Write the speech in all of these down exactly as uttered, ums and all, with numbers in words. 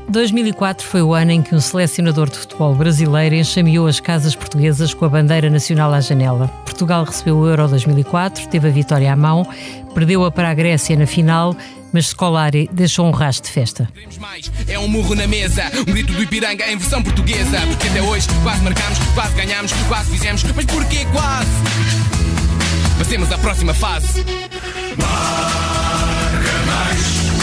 dois mil e quatro foi o ano em que um selecionador de futebol brasileiro enxameou as casas portuguesas com a bandeira nacional à janela. Portugal recebeu o Euro dois mil e quatro, teve a vitória à mão, perdeu-a para a Grécia na final, mas Scolari deixou um rastro de festa. É um murro na mesa, um grito do Ipiranga em versão portuguesa. Porque até hoje quase marcámos, quase ganhámos, quase fizemos. Mas porquê quase? Passemos à próxima fase. Marca mais,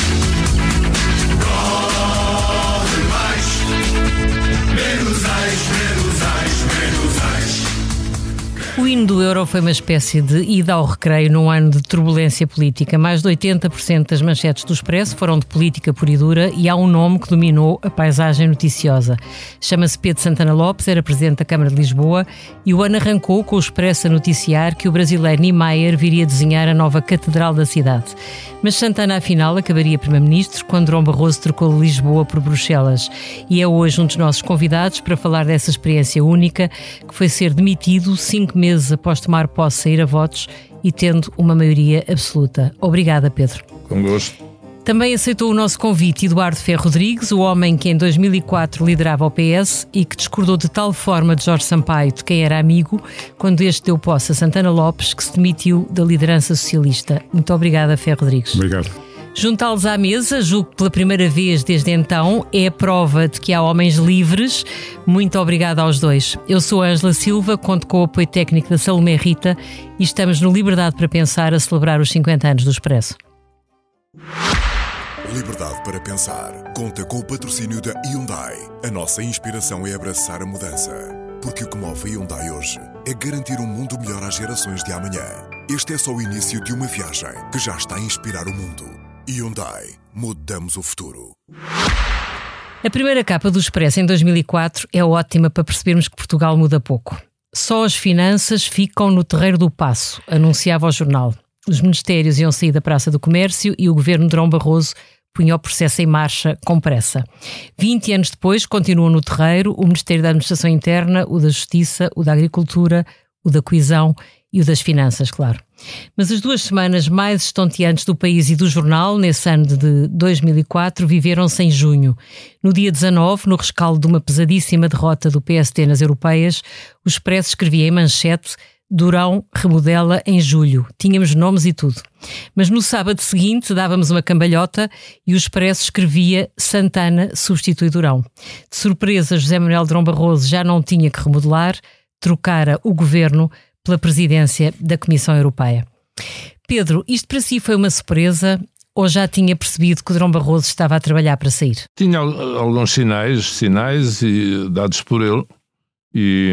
corre mais, menos ais, menos ais, menos ais. O hino do Euro foi uma espécie de ida ao recreio num ano de turbulência política. Mais de oitenta por cento das manchetes do Expresso foram de política pura e dura e há um nome que dominou a paisagem noticiosa. Chama-se Pedro Santana Lopes, era presidente da Câmara de Lisboa e o ano arrancou com o Expresso a noticiar que o brasileiro Niemeyer viria desenhar a nova catedral da cidade. Mas Santana, afinal, acabaria primeiro-ministro quando Durão Barroso trocou Lisboa por Bruxelas. E é hoje um dos nossos convidados para falar dessa experiência única que foi ser demitido cinco meses após tomar posse, sair a votos e tendo uma maioria absoluta. Obrigada, Pedro. Com gosto. Também aceitou o nosso convite Eduardo Ferro Rodrigues, o homem que em dois mil e quatro liderava o P S e que discordou de tal forma de Jorge Sampaio, de quem era amigo, quando este deu posse a Santana Lopes, que se demitiu da liderança socialista. Muito obrigada, Ferro Rodrigues. Obrigado. Juntá-los à mesa, julgo que pela primeira vez desde então, é a prova de que há homens livres. Muito obrigada aos dois. Eu sou a Ângela Silva, conto com o apoio técnico da Salomé Rita e estamos no Liberdade para Pensar a celebrar os cinquenta anos do Expresso. Liberdade para Pensar conta com o patrocínio da Hyundai. A nossa inspiração é abraçar a mudança. Porque o que move a Hyundai hoje é garantir um mundo melhor às gerações de amanhã. Este é só o início de uma viagem que já está a inspirar o mundo. Hyundai. Mudamos o futuro. A primeira capa do Expresso em dois mil e quatro é ótima para percebermos que Portugal muda pouco. Só as finanças ficam no terreiro do passo, anunciava o jornal. Os ministérios iam sair da Praça do Comércio e o governo de Durão Barroso punha o processo em marcha com pressa. vinte anos depois, continuam no terreiro o Ministério da Administração Interna, o da Justiça, o da Agricultura, o da Coesão e o das Finanças, claro. Mas as duas semanas mais estonteantes do país e do jornal, nesse ano de dois mil e quatro, viveram-se em junho. No dia dezanove, no rescaldo de uma pesadíssima derrota do P S D nas europeias, o Expresso escrevia em manchete: Durão remodela em julho. Tínhamos nomes e tudo. Mas no sábado seguinte dávamos uma cambalhota e o Expresso escrevia: Santana substitui Durão. De surpresa, José Manuel Durão Barroso já não tinha que remodelar, trocara o governo pela presidência da Comissão Europeia. Pedro, isto para si foi uma surpresa ou já tinha percebido que o Durão Barroso estava a trabalhar para sair? Tinha alguns sinais, sinais e, dados por ele e,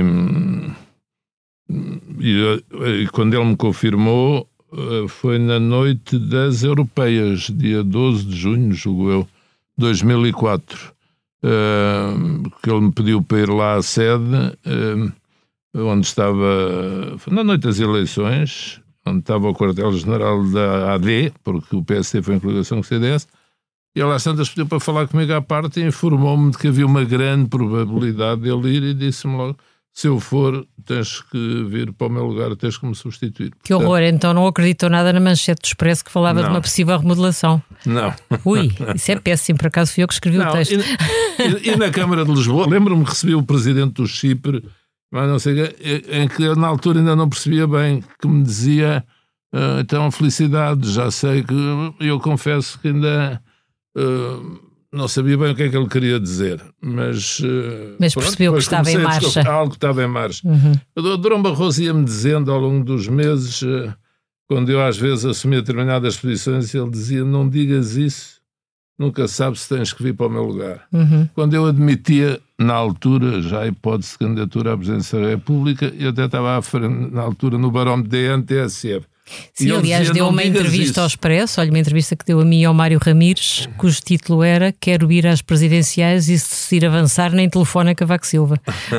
e, e quando ele me confirmou foi na noite das europeias, dia doze de junho, julgo eu, dois mil e quatro, uh, que ele me pediu para ir lá à sede, uh, onde estava, na noite das eleições, onde estava o quartel-general da A D, porque o P S D foi em coligação com o C D S, e ele às tantas pediu para falar comigo à parte e informou-me de que havia uma grande probabilidade de ele ir e disse-me logo: se eu for, tens que vir para o meu lugar, tens que me substituir. Que horror, Portanto, então não acreditou nada na manchete do Expresso que falava não. de uma possível remodelação. Não. Ui, isso é péssimo, por acaso fui eu que escrevi não, o texto. E, e na Câmara de Lisboa, lembro-me que recebi o presidente do Chipre, mas não sei, em que eu na altura ainda não percebia bem, que me dizia: uh, então felicidade, já sei que, eu confesso que ainda uh, não sabia bem o que é que ele queria dizer, mas, uh, mas pronto, percebeu que estava em marcha. Algo que estava em marcha. Uhum. O Durão Barroso ia-me dizendo ao longo dos meses, uh, quando eu às vezes assumia determinadas posições, ele dizia: não digas isso, nunca sabes se tens que vir para o meu lugar. Uhum. Quando eu admitia, na altura, já a hipótese de candidatura à presidência da República, eu até estava à frente, na altura, no barómetro D N T S F. Sim, aliás, deu uma entrevista isso. ao Expresso, olha, uma entrevista que deu a mim e ao Mário Ramires, cujo título era: quero ir às presidenciais e se decidir avançar, nem telefone a Cavaco Silva.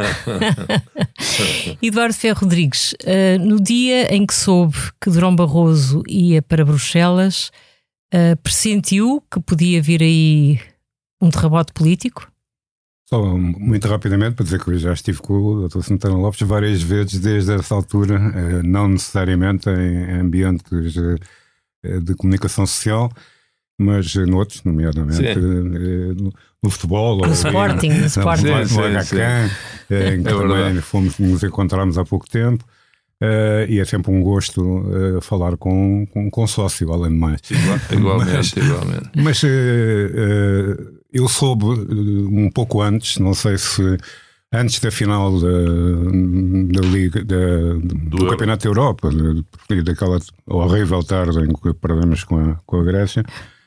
Eduardo Ferro Rodrigues, uh, no dia em que soube que Durão Barroso ia para Bruxelas, uh, pressentiu que podia vir aí um terremoto político? Só muito rapidamente para dizer que eu já estive com o doutor Santana Lopes várias vezes desde essa altura, não necessariamente em ambientes de comunicação social, mas noutros, nomeadamente no, no futebol, no ou Sporting, no, no Sporting, no, no H C, em que é também fomos, nos encontramos há pouco tempo. Uh, e é sempre um gosto uh, falar com, com, com sócio, além de mais. Igual, igualmente, mas, igualmente. Mas uh, uh, eu soube uh, um pouco antes, não sei se antes da final da, da Liga, da, do, do Campeonato da Europa, de, daquela horrível tarde em que perdemos com a, com a Grécia,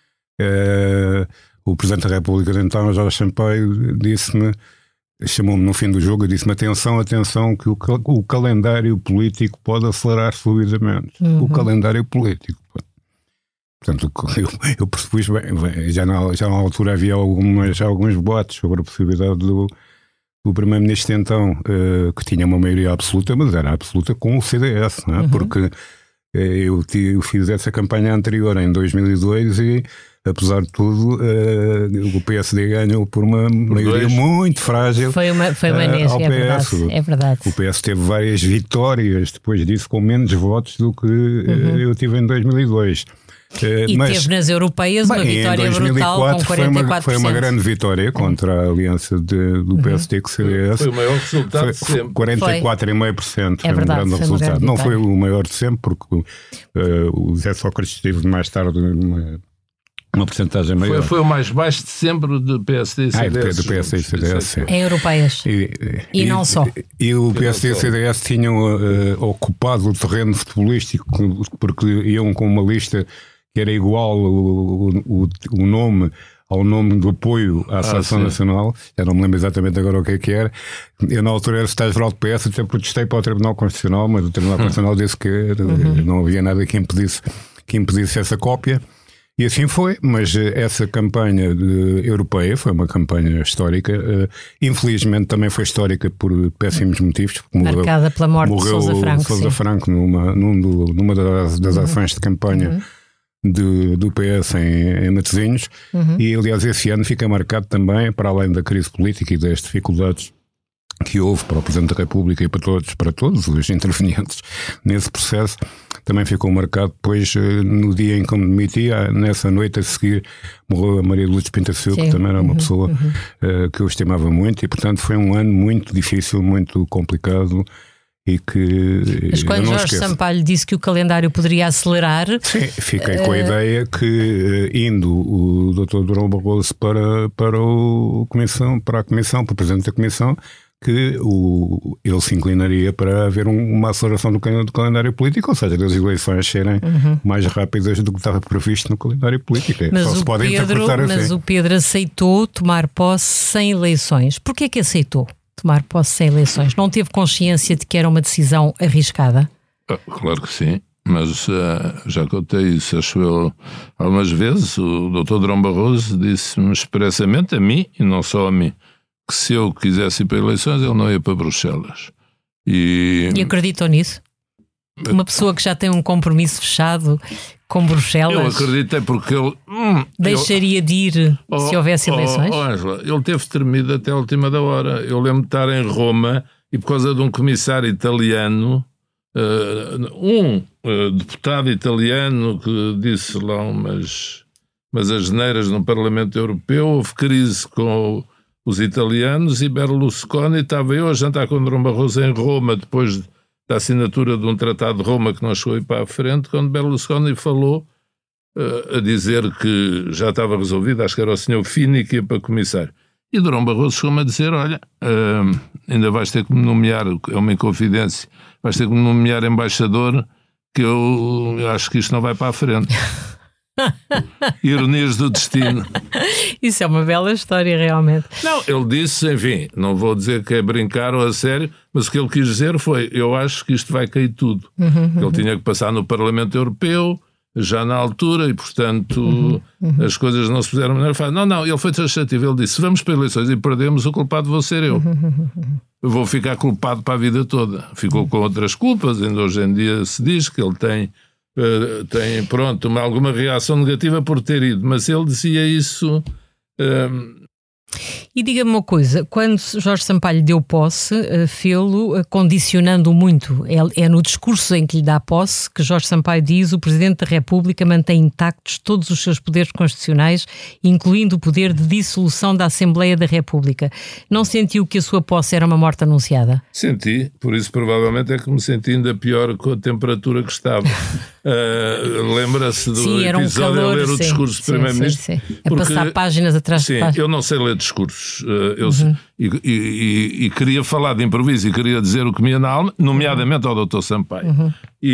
uh, o Presidente da República de então, Jorge Sampaio, disse-me, chamou-me no fim do jogo e disse-me atenção, atenção que o, o calendário político pode acelerar fluidamente. Uhum. O calendário político. Portanto, eu, eu percebi bem, já na, já na altura havia algumas, alguns boatos sobre a possibilidade do, do Primeiro-Ministro então, uh, que tinha uma maioria absoluta, mas era absoluta com o C D S, não é? Uhum. Porque uh, eu, eu fiz essa campanha anterior em dois mil e dois e apesar de tudo, uh, o P S D ganhou por uma por maioria dois. muito frágil. Foi uma, foi uma uh, ao é, verdade, é verdade. O P S teve várias vitórias depois disso, com menos votos do que uhum. uh, eu tive em dois mil e dois. Uh, e mas, teve nas europeias uma bem, vitória brutal com quarenta e quatro por cento. Foi uma, foi uma grande vitória contra a aliança de, do P S D com o C D S. Foi o maior resultado foi, de sempre. quarenta e quatro vírgula cinco por cento é foi verdade, um grande foi resultado. Grande Não foi o maior de sempre, porque uh, o Zé Sócrates teve mais tarde uma, uma porcentagem maior. Foi, foi o mais baixo de sempre do P S D e C D S. Ah, do P S D e C D S. Em europeias. E, e, e não só. E o P S D e o C D S tinham uh, ocupado o terreno futebolístico porque iam com uma lista que era igual o, o, o nome ao nome do apoio à Seleção ah, Nacional. Eu não me lembro exatamente agora o que é que era. Eu na altura era secretário-geral do P S, até protestei para o Tribunal Constitucional, mas o Tribunal Constitucional disse que uhum. não havia nada que impedisse, que impedisse essa cópia. E assim foi, mas essa campanha de, europeia foi uma campanha histórica, uh, infelizmente também foi histórica por péssimos motivos. Marcada morreu, pela morte morreu de Sousa Franco. Sousa Franco numa, num do, numa das, das uhum. ações de campanha uhum. de, do P S em, em Matosinhos. Uhum. E aliás esse ano fica marcado também, para além da crise política e das dificuldades que houve para o Presidente da República e para todos, para todos os intervenientes nesse processo, também ficou marcado depois no dia em que me demitia, nessa noite a seguir morreu a Maria Lourdes Pinto-Silva, que também era uma uhum, pessoa uhum. uh, que eu estimava muito e portanto foi um ano muito difícil, muito complicado e que Mas quando Jorge esqueço. Sampaio disse que o calendário poderia acelerar... Sim, fiquei uh... com a ideia que indo o doutor Durão Barroso para, para, o comissão, para a Comissão, para o Presidente da Comissão, que o, ele se inclinaria para haver um, uma aceleração do, do calendário político, ou seja, das eleições serem uhum. mais rápidas do que estava previsto no calendário político. Mas, Só o, se pode Pedro, interpretar mas assim. o Pedro aceitou tomar posse sem eleições. Porquê é que aceitou tomar posse sem eleições? Não teve consciência de que era uma decisão arriscada? Ah, claro que sim. Mas uh, já contei isso, acho eu, algumas vezes. O doutor Durão Barroso disse-me expressamente a mim, e não só a mim, que se eu quisesse ir para eleições, ele não ia para Bruxelas. E, e acreditam nisso? Uma pessoa que já tem um compromisso fechado com Bruxelas... Eu acreditei porque ele... Hum, deixaria ele, de ir oh, se houvesse eleições? Oh, oh, Ângela, ele teve tremido até a última da hora. Eu lembro de estar em Roma e por causa de um comissário italiano, uh, um uh, deputado italiano que disse lá umas, umas asneiras no Parlamento Europeu, houve crise com... o os italianos e Berlusconi, estava eu a jantar com Durão Barroso em Roma, depois da assinatura de um tratado de Roma que não chegou aí para a frente, quando Berlusconi falou uh, a dizer que já estava resolvido, acho que era o senhor Fini que ia para comissário. E Durão Barroso chegou-me a dizer, olha, uh, ainda vais ter que me nomear, é uma inconfidência, vais ter que me nomear embaixador, que eu, eu acho que isto não vai para a frente. Ironias do destino. Isso é uma bela história, realmente. Não, ele disse, enfim, não vou dizer que é brincar ou a sério, mas o que ele quis dizer foi, eu acho que isto vai cair tudo. Uhum, uhum. Ele tinha que passar no Parlamento Europeu, já na altura, e portanto uhum, uhum. as coisas não se fizeram de maneira. Não, não, ele foi taxativo, ele disse, se vamos para eleições e perdemos, o culpado vou ser eu. Uhum, uhum. Eu vou ficar culpado para a vida toda. Ficou com outras culpas, ainda hoje em dia se diz que ele tem... Uh, tem, pronto, uma, alguma reação negativa por ter ido, mas ele dizia isso... Um... E diga-me uma coisa, quando Jorge Sampaio lhe deu posse, fê-lo condicionando muito. É, é no discurso em que lhe dá posse que Jorge Sampaio diz: o Presidente da República mantém intactos todos os seus poderes constitucionais, incluindo o poder de dissolução da Assembleia da República. Não sentiu que a sua posse era uma morte anunciada? Senti, por isso provavelmente é que me senti ainda pior com a temperatura que estava. Uh, lembra-se do sim, era um episódio calor, a ler o sim, discurso do Primeiro-Ministro? Sim, sim. A passar páginas atrás sim, de páginas. Eu não sei ler discursos. Uh, eu, uhum. e, e, e, e queria falar de improviso e queria dizer o que me ia na alma, nomeadamente ao doutor Sampaio. Uhum.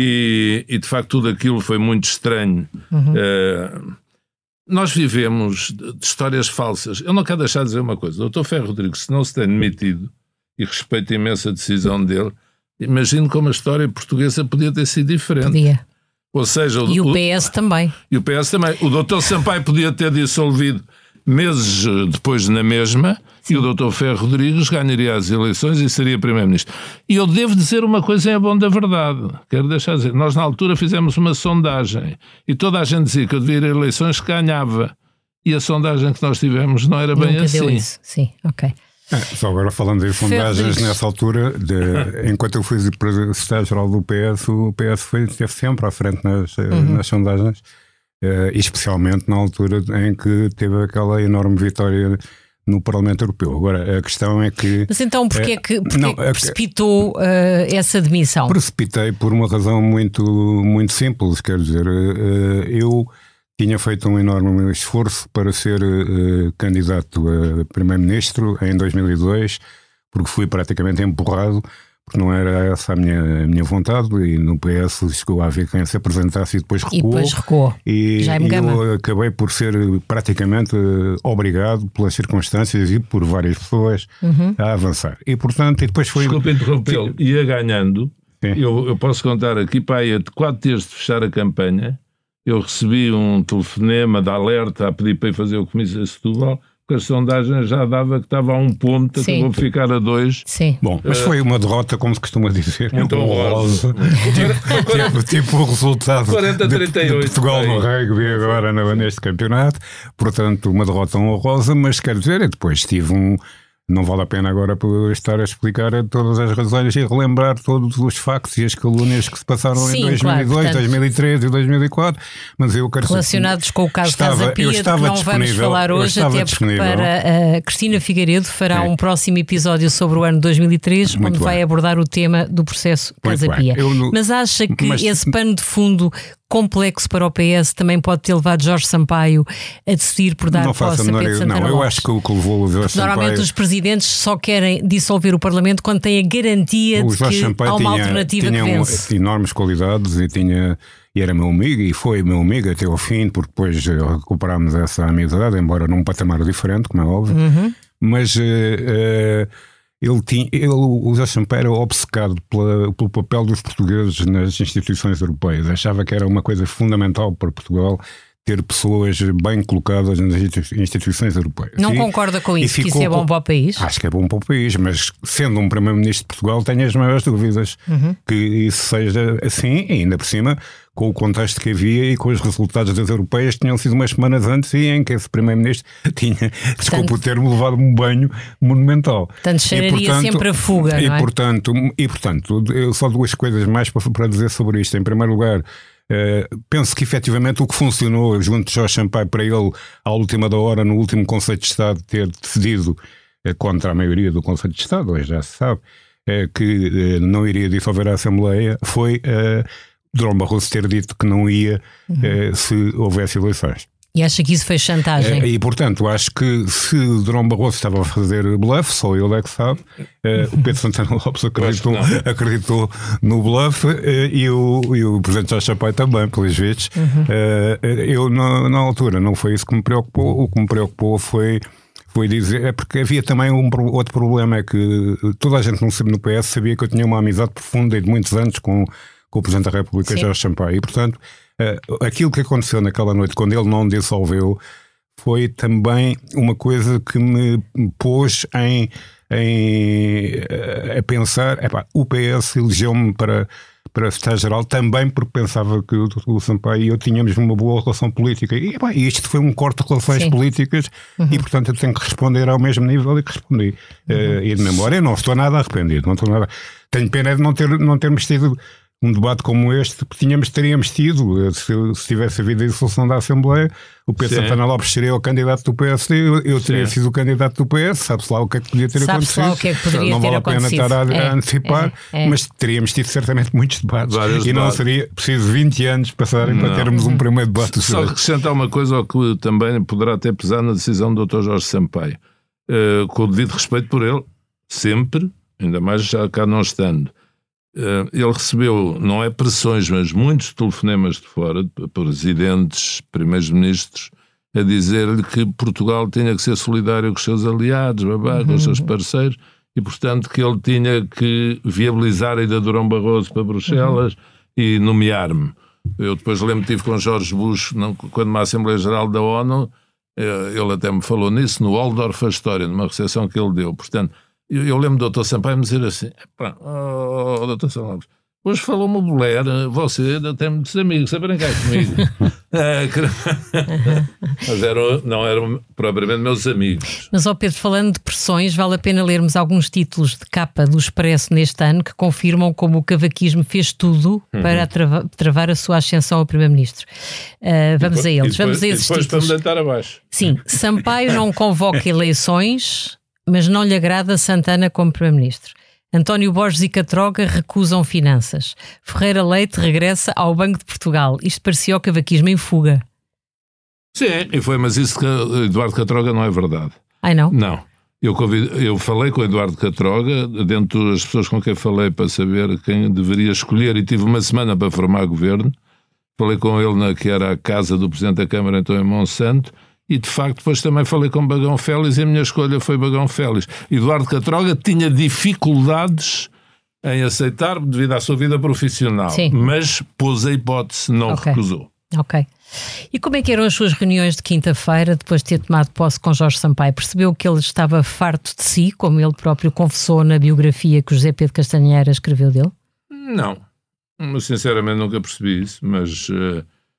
E, e de facto tudo aquilo foi muito estranho. Uhum. Uh, nós vivemos de, de histórias falsas. Eu não quero deixar de dizer uma coisa. O doutor Ferro Rodrigues, se não se tem demitido, e respeito imenso a decisão dele, imagino como a história portuguesa podia ter sido diferente. Podia. Ou seja, e o, o P S também. E o P S também. O doutor Sampaio podia ter dissolvido meses depois na mesma. Sim. E o doutor Ferro Rodrigues ganharia as eleições e seria Primeiro-Ministro. E eu devo dizer uma coisa em bom da verdade. Quero deixar de dizer. Nós na altura fizemos uma sondagem e toda a gente dizia que eu devia ir a eleições que ganhava. E a sondagem que nós tivemos não era bem Nunca assim. Deu isso. Sim, ok. É, só agora falando de sondagens, nessa altura, de, enquanto eu fui secretário-geral do P S, o P S foi, esteve sempre à frente nas, uhum. nas sondagens, uh, especialmente na altura em que teve aquela enorme vitória no Parlamento Europeu. Agora, a questão é que... Mas então, porquê é que, porquê não, que precipitou uh, essa demissão? Precipitei por uma razão muito, muito simples, quer dizer, uh, eu... Tinha feito um enorme esforço para ser uh, candidato a Primeiro-Ministro em dois mil e dois, porque fui praticamente empurrado, porque não era essa a minha, a minha vontade, e no P S chegou a haver quem se apresentasse e depois recuou. E depois recuou. E, Já me e eu acabei por ser praticamente uh, obrigado pelas circunstâncias e por várias pessoas uhum. a avançar. E portanto, e depois foi... Desculpe interrompê-lo. Ia ganhando. Eu, eu posso contar aqui, para aí, de quatro dias de fechar a campanha, eu recebi um telefonema de alerta a pedir para ir fazer o comício a Setúbal, porque a sondagem já dava que estava a um ponto, Sim. acabou de ficar a dois. Sim. Bom, mas foi uma derrota, como se costuma dizer, muito honrosa. tipo, tipo, tipo o resultado quarenta a trinta e oito, de Portugal no rugby agora no, neste campeonato. Portanto, uma derrota honrosa, mas quer dizer, e depois tive um... Não vale a pena agora estar a explicar todas as razões e relembrar todos os factos e as calúnias que se passaram Sim, em dois mil e dois, claro, portanto, dois mil e três e dois mil e quatro, mas eu quero relacionados com o caso estava, Casa Pia, de que não vamos falar hoje, até porque para a Cristina Figueiredo fará é. um próximo episódio sobre o ano dois mil e três, Muito onde bem. vai abordar o tema do processo Casa Pia. Eu, mas acha que mas... esse pano de fundo complexo para o P S também pode ter levado Jorge Sampaio a decidir por dar posse a Pedro Santana Não, eu Lopes? acho que o que levou o Jorge Sampaio... Normalmente os presidentes só querem dissolver o Parlamento quando têm a garantia o de Jorge que Sampaio há uma tinha, alternativa tinha que vence. Um, enormes qualidades e tinha... E era meu amigo, e foi meu amigo até ao fim, porque depois recuperámos essa amizade, embora num patamar diferente, como é óbvio. Uhum. Mas... Uh, uh, Ele tinha, ele, o Jorge Sampaio era obcecado pela, pelo papel dos portugueses nas instituições europeias. Achava que era uma coisa fundamental para Portugal ter pessoas bem colocadas nas instituições europeias. Não e, concorda com isso, que isso é bom com... para o país? Acho que é bom para o país, mas sendo um Primeiro-Ministro de Portugal tenho as maiores dúvidas uhum. que isso seja assim, e ainda por cima, com o contexto que havia e com os resultados das europeias que tinham sido umas semanas antes e em que esse Primeiro-Ministro tinha, portanto, desculpa o termo, levado um banho monumental. Portanto, cheiraria sempre a fuga, e, não é? Portanto, e portanto, eu só duas coisas mais para, para dizer sobre isto. Em primeiro lugar, Uh, penso que efetivamente o que funcionou junto de Jorge Sampaio para ele à última da hora no último Conselho de Estado ter decidido uh, contra a maioria do Conselho de Estado, hoje já se sabe uh, que uh, não iria dissolver a Assembleia, foi uh, Durão Barroso ter dito que não ia uhum. uh, se houvesse eleições. E acha que isso foi chantagem? Uh, e portanto acho que se Durão Barroso estava a fazer bluff, só ele é que sabe, uh, o Pedro Santana Lopes acreditou, acreditou no bluff uh, e, o, e o Presidente Jorge Sampaio também, pelos vistos. Uhum. Uh, eu na, na altura não foi isso que me preocupou, o que me preocupou foi, foi dizer, é porque havia também um outro problema, é que toda a gente no, no P S sabia que eu tinha uma amizade profunda e de muitos anos com, com o Presidente da República, Sim. Jorge Sampaio, e portanto Uh, aquilo que aconteceu naquela noite, quando ele não dissolveu, foi também uma coisa que me pôs em, em, uh, a pensar, epá, o P S elegeu-me para, para secretário-geral, também porque pensava que o, o Sampaio e eu tínhamos uma boa relação política. E pá, isto foi um corte de relações Sim. políticas uhum. e, portanto, eu tenho que responder ao mesmo nível e que respondi. Uhum. Uh, e de memória, eu não estou nada arrependido. Não estou nada... Tenho pena de não, ter, não termos tido um debate como este, porque tínhamos, teríamos tido, se, se tivesse havido a dissolução da Assembleia, o Pedro Santana Lopes seria o candidato do P S D, eu, eu teria sido o candidato do P S, sabe-se lá o que é que podia ter sabe-se acontecido. Lá o que é que poderia não ter vale a pena acontecido. estar a, é, a antecipar, é, é. mas teríamos tido certamente muitos debates. Vários e não debates. seria preciso vinte anos passarem não. para termos um primeiro debate. Só acrescentar uma coisa ao que também poderá ter pesado na decisão do doutor Jorge Sampaio, uh, com o devido respeito por ele, sempre, ainda mais já cá não estando. Uh, ele recebeu, não é pressões, mas muitos telefonemas de fora, de presidentes, primeiros ministros, a dizer-lhe que Portugal tinha que ser solidário com os seus aliados, babá, uhum. com os seus parceiros, e portanto que ele tinha que viabilizar a ida de Durão Barroso para Bruxelas uhum. e nomear-me. Eu depois lembro que estive com Jorge Bush, não, quando na Assembleia Geral da ONU, ele até me falou nisso, no Waldorf Astoria, numa recepção que ele deu. Portanto, Eu, eu lembro do doutor Sampaio me dizer assim: pá, oh, doutor Sampaio, hoje falou-me o Boler, você ainda tem muitos amigos, a brincar comigo. é, que... Mas eram, não eram propriamente meus amigos. Mas, ó Pedro, falando de pressões, vale a pena lermos alguns títulos de capa do Expresso neste ano que confirmam como o cavaquismo fez tudo uhum. para trava, travar a sua ascensão ao Primeiro-Ministro. Uh, vamos depois, a eles, depois, vamos a esses e depois títulos. Para me deitar abaixo. Sim, Sampaio não convoca eleições, mas não lhe agrada Santana como Primeiro-Ministro. António Borges e Catroga recusam finanças. Ferreira Leite regressa ao Banco de Portugal. Isto parecia o cavaquismo em fuga. Sim, e foi, mas isso que Eduardo Catroga não é verdade. Ai não? Não. Eu, convido, eu falei com o Eduardo Catroga, dentro das pessoas com quem falei para saber quem deveria escolher, e tive uma semana para formar governo. Falei com ele na que era a casa do Presidente da Câmara, então em Monsanto. E de facto depois também falei com Bagão Félix e a minha escolha foi Bagão Félix. Eduardo Catroga tinha dificuldades em aceitar devido à sua vida profissional. Sim. Mas pôs a hipótese, não okay. recusou. Ok. E como é que eram as suas reuniões de quinta-feira depois de ter tomado posse com Jorge Sampaio? Percebeu que ele estava farto de si, como ele próprio confessou na biografia que o José Pedro Castanheira escreveu dele? Não. Sinceramente nunca percebi isso, mas... Uh...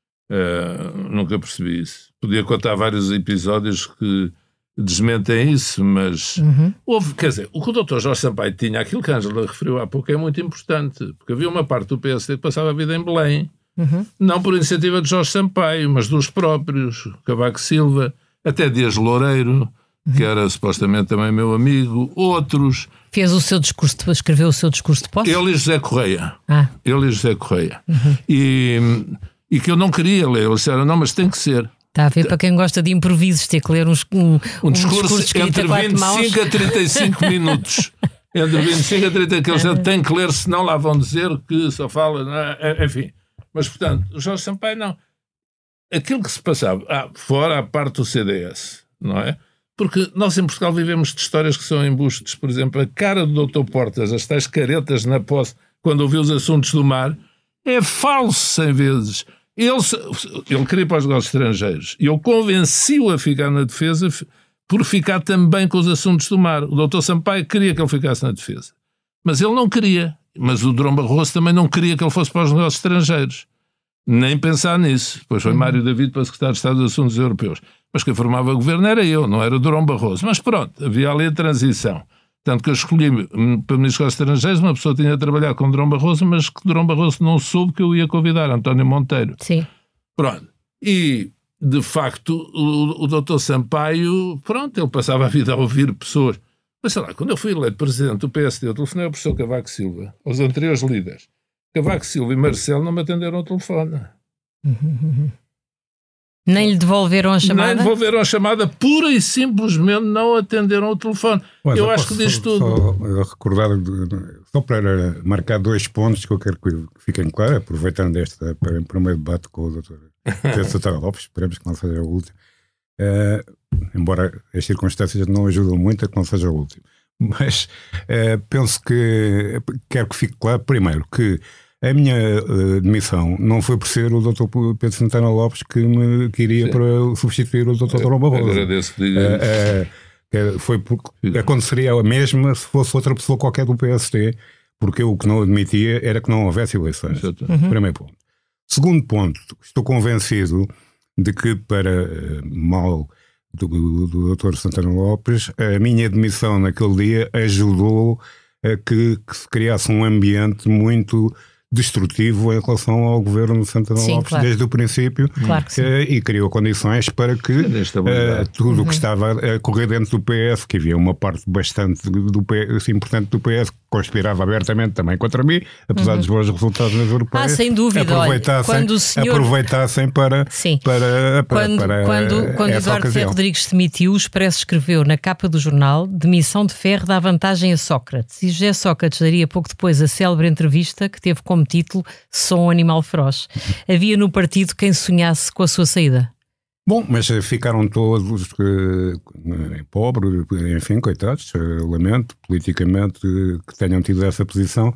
Uh, nunca percebi isso. Podia contar vários episódios que desmentem isso, mas uhum. houve, quer dizer, o que o doutor Jorge Sampaio tinha, aquilo que a Ângela referiu há pouco, é muito importante, porque havia uma parte do P S D que passava a vida em Belém, uhum. não por iniciativa de Jorge Sampaio, mas dos próprios, Cavaco Silva, até Dias Loureiro, uhum. que era supostamente também meu amigo, outros. Fez o seu discurso, escreveu o seu discurso de posse? Ele e José Correia. Ah. Ele e José Correia. Uhum. E... E que eu não queria ler. Eles disseram, não, mas tem que ser. Está a ver, para quem gosta de improvisos, ter que ler uns, um, um, um discurso, discurso entre vinte e cinco a trinta e cinco minutos. Entre vinte e cinco a trinta, que eles uhum. têm que ler, senão lá vão dizer que só fala, enfim. Mas, portanto, o Jorge Sampaio não. Aquilo que se passava, ah, fora a parte do C D S, não é? Porque nós em Portugal vivemos de histórias que são embustes. Por exemplo, a cara do doutor Portas, as tais caretas na posse, quando ouviu os assuntos do mar, é falso cem vezes. Ele, ele queria ir para os negócios estrangeiros e eu convenci-o a ficar na defesa por ficar também com os assuntos do mar. O doutor Sampaio queria que ele ficasse na defesa, mas ele não queria. Mas o Durão Barroso também não queria que ele fosse para os negócios estrangeiros. Nem pensar nisso. Depois foi uhum. Mário David para secretário de Estado dos Assuntos Europeus. Mas quem formava o governo era eu, não era o Durão Barroso. Mas pronto, havia ali a transição. Tanto que eu escolhi para Ministro dos Estrangeiros uma pessoa que tinha a trabalhar com Durão Barroso, mas que Durão Barroso não soube que eu ia convidar, António Monteiro. Sim. Pronto. E, de facto, o, o doutor Sampaio, pronto, ele passava a vida a ouvir pessoas. Mas sei lá, quando eu fui eleito presidente do P S D, eu telefonei ao professor Cavaco Silva, aos anteriores líderes. Cavaco Silva e Marcelo não me atenderam ao telefone. Uhum. Nem lhe devolveram a chamada? Nem devolveram a chamada, pura e simplesmente não atenderam o telefone. Mas eu eu acho que diz só, tudo. Só recordar, só para marcar dois pontos que eu quero que fiquem claros, aproveitando este primeiro debate com o doutor Pedro Santana Lopes, esperemos que não seja o último. Uh, embora as circunstâncias não ajudam muito a que não seja o último. Mas uh, penso que, quero que fique claro, primeiro, que a minha uh, demissão não foi por ser o doutor Pedro Santana Lopes que me queria para substituir o doutor Durão Barroso. Agradeço que diga isso. Uh, uh, foi porque aconteceria a mesma se fosse outra pessoa qualquer do P S D, porque eu o que não admitia era que não houvesse eleições. Uhum. Primeiro ponto. Segundo ponto, estou convencido de que, para mal do, do doutor Santana Lopes, a minha demissão naquele dia ajudou a que, que se criasse um ambiente muito destrutivo em relação ao governo de Santana sim, Lopes, claro. Desde o princípio, claro que uh, e criou condições para que uh, tudo o uhum. que estava a correr dentro do P S, que havia uma parte bastante do P S, importante do P S, que conspirava abertamente também contra mim, apesar uhum. dos bons resultados nas europeias. Ah, sem dúvida. Aproveitassem, olha, quando o senhor... aproveitassem para, sim. para, para, quando, para quando, quando Eduardo Ferro Rodrigues se demitiu, o Expresso escreveu na capa do jornal: demissão de Ferro dá vantagem a Sócrates. E José Sócrates daria pouco depois a célebre entrevista que teve como título Sou um animal feroz. Havia no partido quem sonhasse com a sua saída. Bom, mas ficaram todos uh, pobres, enfim, coitados, uh, lamento politicamente uh, que tenham tido essa posição,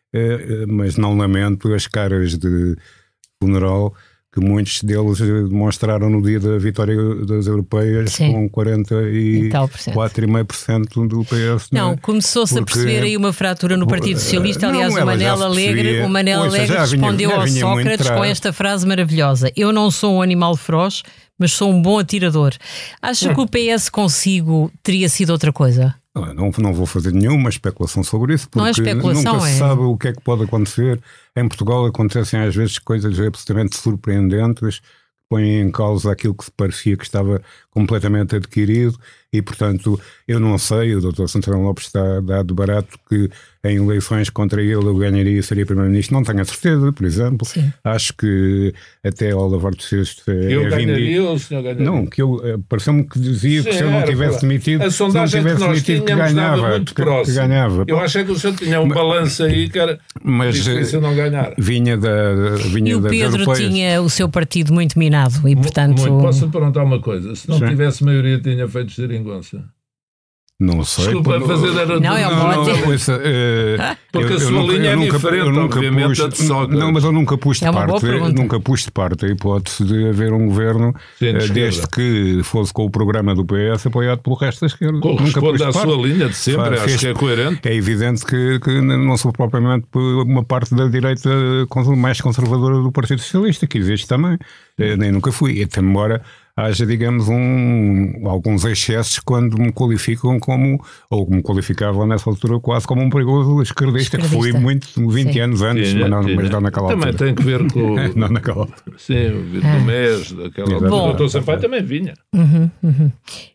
uh, mas não lamento as caras de funeral que muitos deles demonstraram no dia da vitória das europeias. Sim. Com quarenta e quatro vírgula cinco por cento do P S. Não, não começou-se porque... a perceber aí uma fratura no Partido Socialista. Aliás, não, o Manel Alegre, o Manel Ouça, Alegre respondeu vinha, ao Sócrates com esta frase maravilhosa: eu não sou um animal feroz, mas sou um bom atirador. Acha hum. que o P S consigo teria sido outra coisa? Não, não vou fazer nenhuma especulação sobre isso, porque não é especulação, nunca se é... sabe o que é que pode acontecer. Em Portugal acontecem às vezes coisas absolutamente surpreendentes, que põem em causa aquilo que se parecia que estava completamente adquirido, e portanto eu não sei, o doutor Santana Lopes está dado barato que em eleições contra ele eu ganharia e seria Primeiro-Ministro. Não tenho a certeza, por exemplo. Sim. Acho que até o Lavardo Sexto é eu ganharia ou o senhor ganharia? Não, que eu, pareceu-me que dizia Sim, que se eu não tivesse demitido, a sondagem se não tivesse que demitido que ganhava, muito que, próximo. que ganhava. Eu achei que o senhor tinha um balanço aí que era mas, difícil não ganhar. Vinha da, vinha e o das Pedro europeias. Tinha o seu partido muito minado e portanto... Muito. Posso perguntar uma coisa? Se não Sim. tivesse maioria tinha feito geringonça? Não sei. Desculpa, por... fazer era não, é um não, ótimo. não, essa, uh, porque eu, a sua eu linha nunca, é diferente, eu nunca obviamente, pus, a de Sócrates. Não, mas eu nunca pus de é parte, nunca pus de parte a hipótese de haver um governo, Sim, de uh, desde que fosse com o programa do P S apoiado pelo resto da esquerda. Corresponde à sua linha de sempre, Faz, acho que é coerente. É evidente que, que não sou propriamente uma parte da direita mais conservadora do Partido Socialista, que existe também. Uh, nem nunca fui, até embora haja, digamos, um, alguns excessos quando me qualificam como, ou me qualificavam nessa altura quase como um perigoso esquerdista, que fui muito, vinte Sim. anos antes, tinha, mas, não, tinha. mas não naquela também altura. Também tem que ver com... não naquela altura. Sim, o Vitor ah. Mês, daquela altura. O doutor Sampaio também vinha. Uhum, uhum.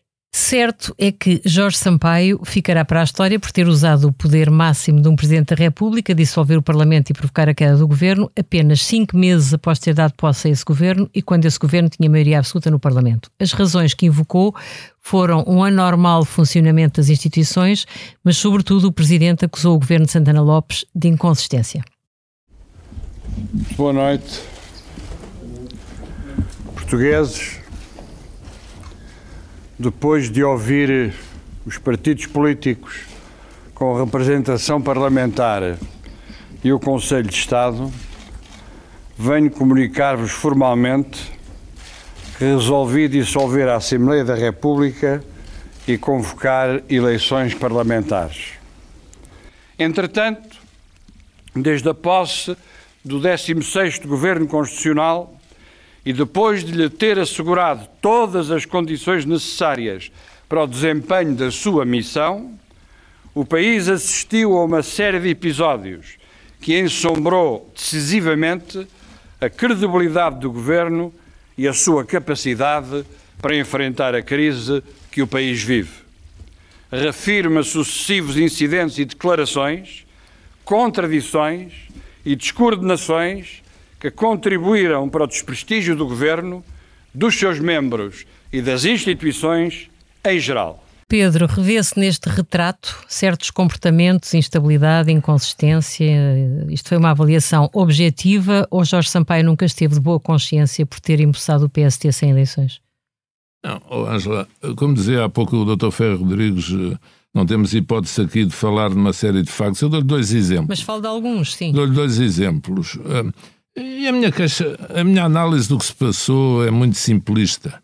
Certo é que Jorge Sampaio ficará para a história por ter usado o poder máximo de um Presidente da República, dissolver o Parlamento e provocar a queda do Governo, apenas cinco meses após ter dado posse a esse Governo e quando esse Governo tinha maioria absoluta no Parlamento. As razões que invocou foram um anormal funcionamento das instituições, mas sobretudo o Presidente acusou o Governo de Santana Lopes de inconsistência. Boa noite. Portugueses, depois de ouvir os partidos políticos com representação parlamentar e o Conselho de Estado, venho comunicar-vos formalmente que resolvi dissolver a Assembleia da República e convocar eleições parlamentares. Entretanto, desde a posse do décimo sexto Governo Constitucional e depois de lhe ter assegurado todas as condições necessárias para o desempenho da sua missão, o país assistiu a uma série de episódios que ensombrou decisivamente a credibilidade do Governo e a sua capacidade para enfrentar a crise que o país vive. Refiro-me a sucessivos incidentes e declarações, contradições e descoordenações que contribuíram para o desprestígio do Governo, dos seus membros e das instituições em geral. Pedro, revê-se neste retrato certos comportamentos, instabilidade, inconsistência? Isto foi uma avaliação objetiva ou Jorge Sampaio nunca esteve de boa consciência por ter empossado o P S T sem eleições? Não, Ângela, como dizia há pouco o doutor Ferro Rodrigues, não temos hipótese aqui de falar de uma série de factos. Eu dou-lhe dois exemplos. Mas falo de alguns, sim. Dou-lhe dois exemplos. E a minha queixa, a minha análise do que se passou é muito simplista.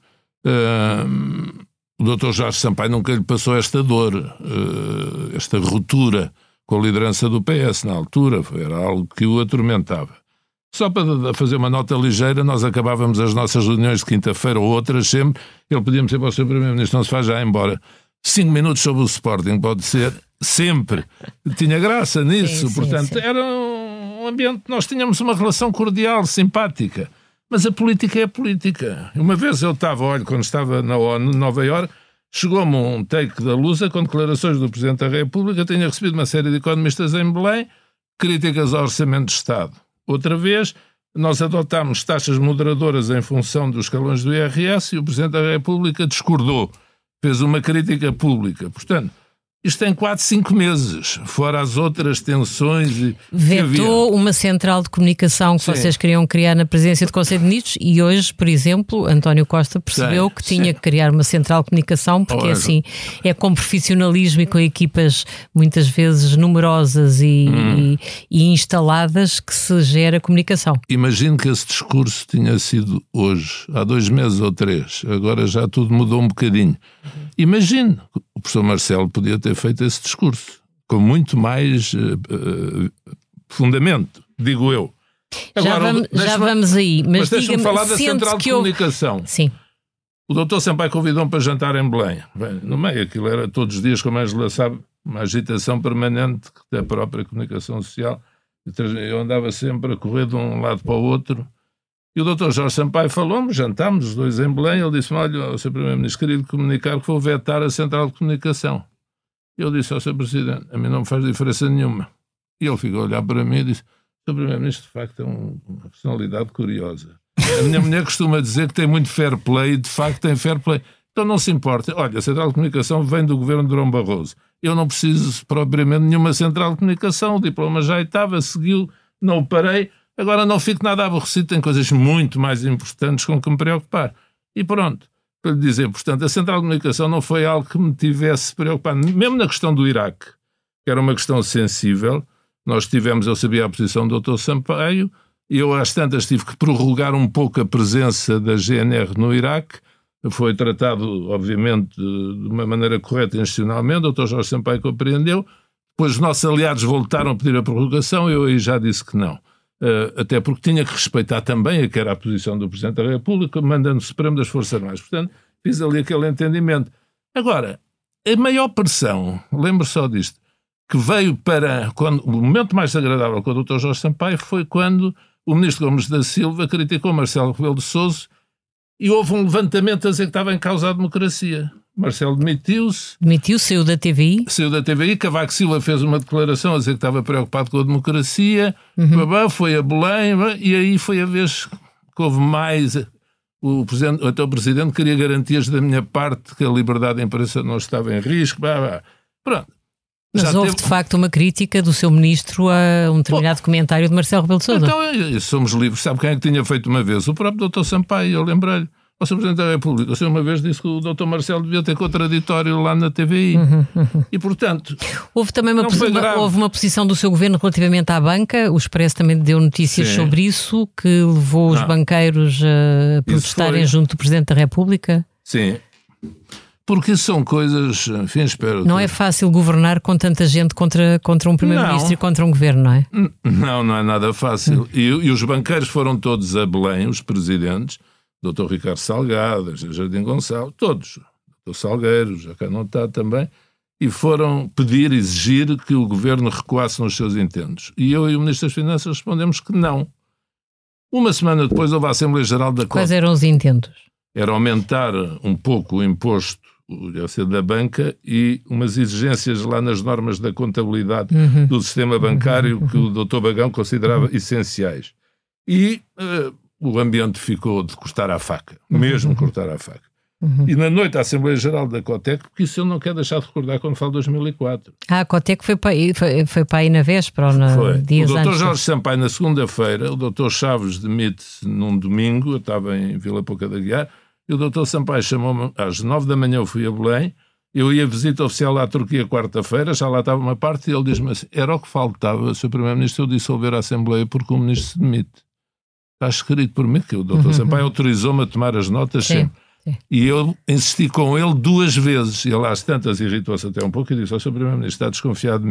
Uh, o doutor Jorge Sampaio nunca lhe passou esta dor, uh, esta ruptura com a liderança do P S na altura, era algo que o atormentava. Só para fazer uma nota ligeira, nós acabávamos as nossas reuniões de quinta-feira ou outras sempre, ele pedia-me sempre ao senhor Primeiro-Ministro, não se faz já embora. Cinco minutos sobre o Sporting, pode ser, sempre. Tinha graça nisso, sim, portanto, sim, sim. Era um ambiente, nós tínhamos uma relação cordial, simpática. Mas a política é a política. Uma vez eu estava, olha, quando estava na ONU, Nova Iorque, chegou-me um take da Lusa com declarações do Presidente da República, tinha recebido uma série de economistas em Belém, críticas ao Orçamento de Estado. Outra vez, nós adotámos taxas moderadoras em função dos escalões do I R S e o Presidente da República discordou, fez uma crítica pública. Portanto, isto tem quatro, cinco meses, fora as outras tensões. E vetou uma central de comunicação que sim. vocês queriam criar na presidência do Conselho de Ministros e hoje, por exemplo, António Costa percebeu sim, que tinha sim. que criar uma central de comunicação porque Olha. assim é com profissionalismo e com equipas muitas vezes numerosas e, hum. e, e instaladas que se gera comunicação. Imagino que esse discurso tinha sido hoje, há dois meses ou três, agora já tudo mudou um bocadinho. Imagino, o professor Marcelo podia ter feito esse discurso com muito mais uh, uh, fundamento, digo eu. Agora, já vamos, já vamos aí, mas, mas deixa-me falar da central de comunicação. Eu... Sim. O doutor Sampaio convidou-me para jantar em Belém. Bem, no meio, aquilo era todos os dias, como a Angela sabe, uma agitação permanente da própria comunicação social. Eu andava sempre a correr de um lado para o outro. E o doutor Jorge Sampaio falou-me, jantámos os dois em Belém, ele disse-me, olha, o senhor Primeiro-Ministro, queria comunicar que vou vetar a central de comunicação. Eu disse ao senhor Presidente, a mim não me faz diferença nenhuma. E ele ficou a olhar para mim e disse, o senhor Primeiro-Ministro de facto é um, uma personalidade curiosa. A minha mulher costuma dizer que tem muito fair play, de facto tem fair play. Então não se importa. Olha, a central de comunicação vem do governo de Durão Barroso. Eu não preciso propriamente de nenhuma central de comunicação, o diploma já estava, seguiu, não o parei. Agora não fico nada aborrecido, tem coisas muito mais importantes com que me preocupar. E pronto, para lhe dizer, portanto, a central de comunicação não foi algo que me tivesse preocupado. Mesmo na questão do Iraque, que era uma questão sensível, nós tivemos, eu sabia a posição do doutor Sampaio, e eu às tantas tive que prorrogar um pouco a presença da G N R no Iraque. Foi tratado, obviamente, de uma maneira correta e institucionalmente, o doutor Jorge Sampaio compreendeu. Depois os nossos aliados voltaram a pedir a prorrogação, eu aí já disse que não. Uh, até porque tinha que respeitar também a que era a posição do Presidente da República, mandando o Supremo das Forças Armadas. Portanto, fiz ali aquele entendimento. Agora, a maior pressão, lembro só disto, que veio para, quando, o momento mais agradável com o doutor Jorge Sampaio foi quando o Ministro Gomes da Silva criticou Marcelo Rebelo de Sousa e houve um levantamento a dizer que estava em causa a democracia. Marcelo demitiu-se. Demitiu-se, saiu da T V I. Saiu da T V I. Cavaco Silva fez uma declaração a dizer que estava preocupado com a democracia. Uhum. Foi a Belém. E aí foi a vez que houve mais... O presidente, até o Presidente queria garantias da minha parte que a liberdade da imprensa não estava em risco. Bah, bah. Pronto. Mas Já houve, teve... de facto, uma crítica do seu Ministro a um determinado oh. comentário de Marcelo Rebelo de Sousa. Então, somos livres. Sabe quem é que tinha feito uma vez? O próprio doutor Sampaio, eu lembrei-lhe. O senhor Presidente da República, o senhor uma vez disse que o doutor Marcelo devia ter contraditório lá na T V I. Uhum, uhum. E, portanto, houve também uma, posi- uma, houve uma posição do seu governo relativamente à banca. O Expresso também deu notícias Sim. sobre isso, que levou os ah. banqueiros a protestarem junto do Presidente da República. Sim. Porque são coisas, enfim, espero... Não que... é fácil governar com tanta gente contra, contra um Primeiro-Ministro e contra um governo, não é? Não, não é nada fácil. Hum. E, e os banqueiros foram todos a Belém, os presidentes... doutor Ricardo Salgado, Jardim Gonçalves, todos, doutor Salgueiro, já cá não está também, e foram pedir, exigir que o governo recuasse nos seus intentos. E eu e o Ministro das Finanças respondemos que não. Uma semana depois houve a Assembleia Geral da Quais eram os intentos? Era aumentar um pouco o imposto da banca e umas exigências lá nas normas da contabilidade uhum. do sistema bancário uhum. que o doutor Bagão considerava uhum. essenciais. E... Uh, o ambiente ficou de cortar à faca, mesmo uhum. cortar à faca. Uhum. E na noite a Assembleia Geral da Cotec, porque isso eu não quero deixar de recordar quando falo de dois mil e quatro. Ah, a Cotec foi para aí, foi, foi para aí na véspera ou na foi. dias antes? O doutor antes. Jorge Sampaio na segunda-feira, o doutor Chaves demite-se num domingo, eu estava em Vila Pouca da Guiar, e o doutor Sampaio chamou-me às nove da manhã, eu fui a Belém, eu ia a visita oficial à Turquia quarta-feira, já lá estava uma parte, e ele diz-me assim, era o que faltava, senhor Primeiro-Ministro, eu dissolver a Assembleia porque o Ministro se demite. Está escrito por mim, que o doutor uhum. Sampaio autorizou-me a tomar as notas sim, sempre. Sim. E eu insisti com ele duas vezes. E ele às tantas irritou-se até um pouco e disse ao senhor Primeiro-Ministro, está desconfiado de mim?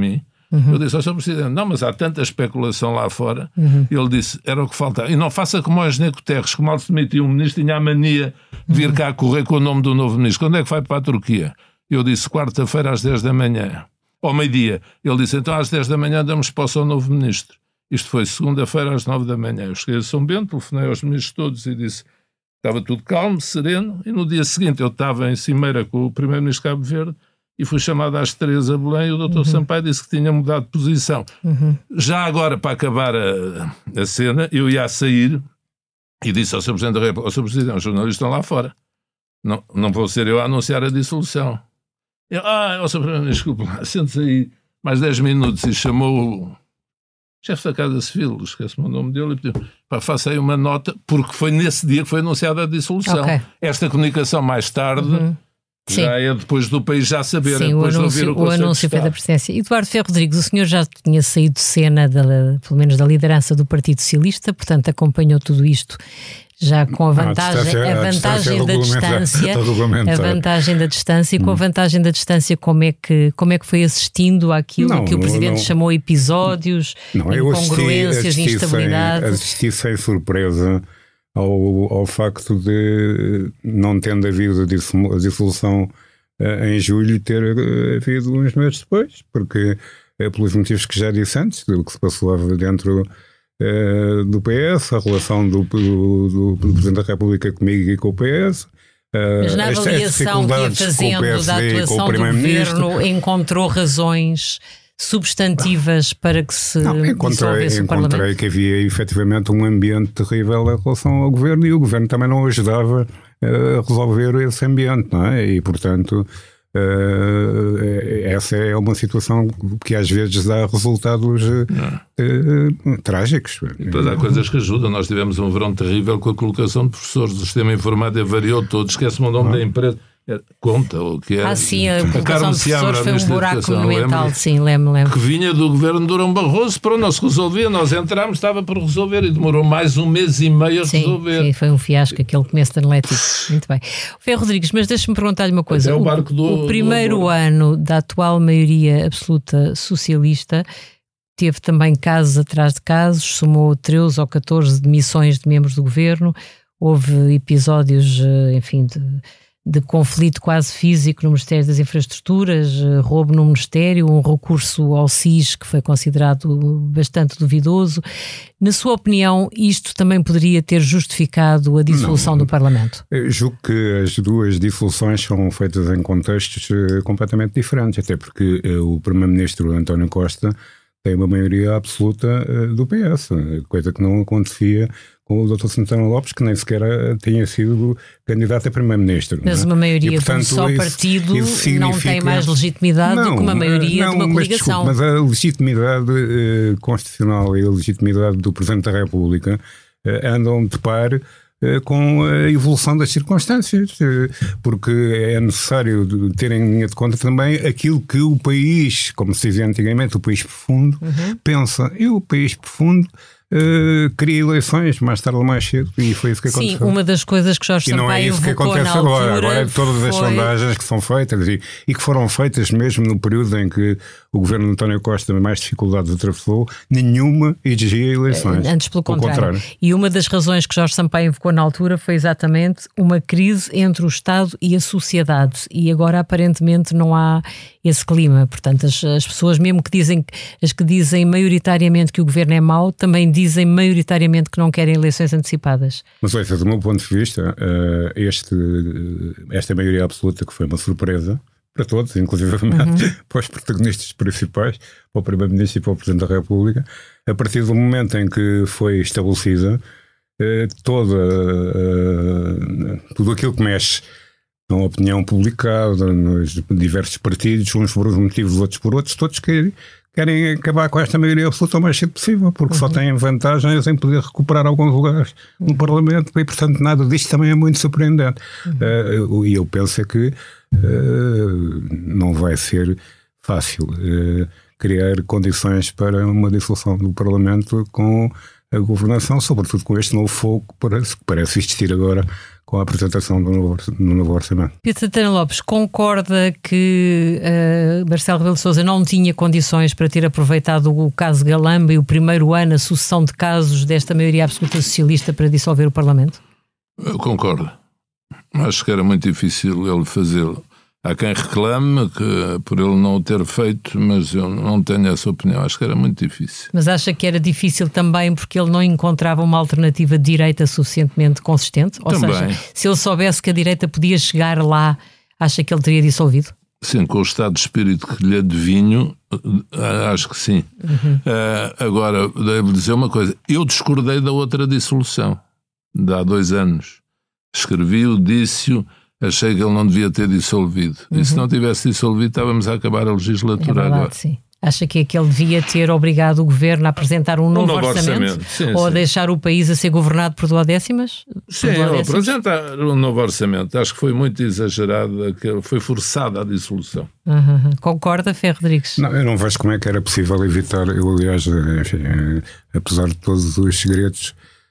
Uhum. Eu disse ao senhor Presidente, não, mas há tanta especulação lá fora. Uhum. Ele disse, era o que faltava. E não faça como o Eugênio Guterres, que mal se demitiu um ministro, tinha a mania de vir uhum. cá correr com o nome do novo ministro. Quando é que vai para a Turquia? Eu disse, quarta-feira às dez da manhã. Ao meio-dia. Ele disse, então às dez da manhã damos posse ao novo ministro. Isto foi segunda-feira às nove da manhã. Eu cheguei a São Bento, telefonei aos ministros todos e disse, estava tudo calmo, sereno, e no dia seguinte eu estava em Cimeira com o primeiro-ministro de Cabo Verde, e fui chamado às três a Belém e o doutor Uhum. Sampaio disse que tinha mudado de posição. Uhum. Já agora, para acabar a, a cena, eu ia a sair e disse ao senhor Presidente da República, ao senhor Presidente, os jornalistas estão lá fora. Não, não vou ser eu a anunciar a dissolução. Eu, ah, ó senhor Primeiro-Ministro, desculpa, sente-se aí mais dez minutos e chamou o chefe da Casa Civil, esquece-me o nome dele, e pediu, pá, faça aí uma nota, porque foi nesse dia que foi anunciada a dissolução. Okay. Esta comunicação mais tarde... Uhum. Sim. Já é depois do país já saber, Sim, depois o anúncio, de ouvir o o anúncio foi da presidência. Eduardo Ferro Rodrigues, o senhor já tinha saído de cena, da, pelo menos da liderança do Partido Socialista, portanto acompanhou tudo isto já com a vantagem, a, a vantagem da distância, a vantagem da distância e com a vantagem da distância como é que, como é que foi assistindo àquilo não, que o Presidente não, chamou episódios, não, incongruências, assisti, assisti instabilidade. Sem, assisti sem surpresa Ao, ao facto de, não tendo havido a dissolução uh, em julho, ter uh, havido uns meses depois, porque, uh, pelos motivos que já disse antes, do que se passou dentro uh, do P S, a relação do, do, do, do Presidente da República comigo e com o P S. Uh, Mas na avaliação que ia fazendo da atuação do Governo, encontrou razões substantivas para que se não, dissolvesse o Parlamento? Encontrei que havia efetivamente um ambiente terrível em relação ao Governo e o Governo também não ajudava a resolver esse ambiente, não é? E, portanto, uh, essa é uma situação que às vezes dá resultados uh, uh, trágicos. E depois há coisas que ajudam. Nós tivemos um verão terrível com a colocação de professores. O sistema informático variou todo. Esquece-me o nome ah. da empresa. É, conta o que é. Ah, sim, a colocação de professores foi um buraco monumental, sim, lembro, lembro. Que vinha do governo de Durão Barroso, para não se resolvia. Nós entramos, estava por resolver e demorou mais um mês e meio a sim, resolver. Sim, foi um fiasco aquele começo de analético. Muito bem. Ferro Rodrigues, mas deixa-me perguntar-lhe uma coisa. O, barco do, o primeiro do ano da atual maioria absoluta socialista teve também casos atrás de casos, somou treze ou catorze demissões de membros do governo, houve episódios, enfim, de. de conflito quase físico no Ministério das Infraestruturas, roubo no Ministério, um recurso ao S I S que foi considerado bastante duvidoso. Na sua opinião, isto também poderia ter justificado a dissolução não, do Parlamento? Eu julgo que as duas dissoluções são feitas em contextos completamente diferentes, até porque o Primeiro-Ministro António Costa tem uma maioria absoluta do P S, coisa que não acontecia com o doutor Santana Lopes, que nem sequer tinha sido candidato a Primeiro-Ministro. Mas uma maioria e, portanto, de um só partido isso, isso significa... não tem mais legitimidade não, do que uma maioria não, de uma coligação. Mas, desculpe, mas a legitimidade eh, constitucional e a legitimidade do Presidente da República eh, andam de par eh, com a evolução das circunstâncias, eh, porque é necessário ter em linha de conta também aquilo que o país, como se dizia antigamente, o país profundo, uhum. pensa. E o país profundo Uh, queria eleições mais tarde ou mais cedo e foi isso que aconteceu. Sim, uma das coisas que Jorge Sampaio e não é isso que acontece agora. Agora é todas as foi... sondagens que são feitas e, e que foram feitas mesmo no período em que o governo de António Costa mais dificuldades atravessou, nenhuma exigia eleições. Antes pelo contrário. contrário. E uma das razões que Jorge Sampaio invocou na altura foi exatamente uma crise entre o Estado e a sociedade e agora aparentemente não há esse clima. Portanto, as, as pessoas mesmo que dizem, as que dizem maioritariamente que o governo é mau, também dizem maioritariamente que não querem eleições antecipadas. Mas olha, do meu ponto de vista, este, esta maioria absoluta que foi uma surpresa para todos, inclusive uhum. para os protagonistas principais, para o Primeiro-Ministro e para o Presidente da República, a partir do momento em que foi estabelecida toda, tudo aquilo que mexe na opinião publicada nos diversos partidos, uns por uns motivos, outros por outros, todos querem, querem acabar com esta maioria absoluta o mais cedo possível, porque uhum. só têm vantagens em poder recuperar alguns lugares no uhum. Parlamento e, portanto, nada disto também é muito surpreendente. E uhum. uh, eu penso que uh, não vai ser fácil uh, criar condições para uma dissolução do Parlamento com a governação, sobretudo com este novo fogo que parece, que parece existir agora com a apresentação do novo, do novo orçamento. Pedro Santana Lopes, concorda que uh, Marcelo Rebelo de Sousa não tinha condições para ter aproveitado o caso Galamba e o primeiro ano, a sucessão de casos desta maioria absoluta socialista para dissolver o Parlamento? Eu concordo. Acho que era muito difícil ele fazê-lo. Há quem reclame que por ele não o ter feito, mas eu não tenho essa opinião. Acho que era muito difícil. Mas acha que era difícil também porque ele não encontrava uma alternativa de direita suficientemente consistente? Ou também. seja, se ele soubesse que a direita podia chegar lá, acha que ele teria dissolvido? Sim, com o estado de espírito que lhe adivinho, acho que sim. Uhum. Uh, agora, devo dizer uma coisa. Eu discordei da outra dissolução, de há dois anos. Escrevi-o, disse-o, achei que ele não devia ter dissolvido. Uhum. E se não tivesse dissolvido, estávamos a acabar a legislatura é verdade, agora. Sim. Acha que é que ele devia ter obrigado o governo a apresentar um novo, um novo orçamento? orçamento. Sim, ou sim. a deixar o país a ser governado por duodécimas? Sim, ou apresentar um novo orçamento. Acho que foi muito exagerado, foi forçada a dissolução. Uhum. Concorda, Ferro Rodrigues? Não, eu não vejo como é que era possível evitar. Eu, aliás, enfim, apesar de todos os segredos,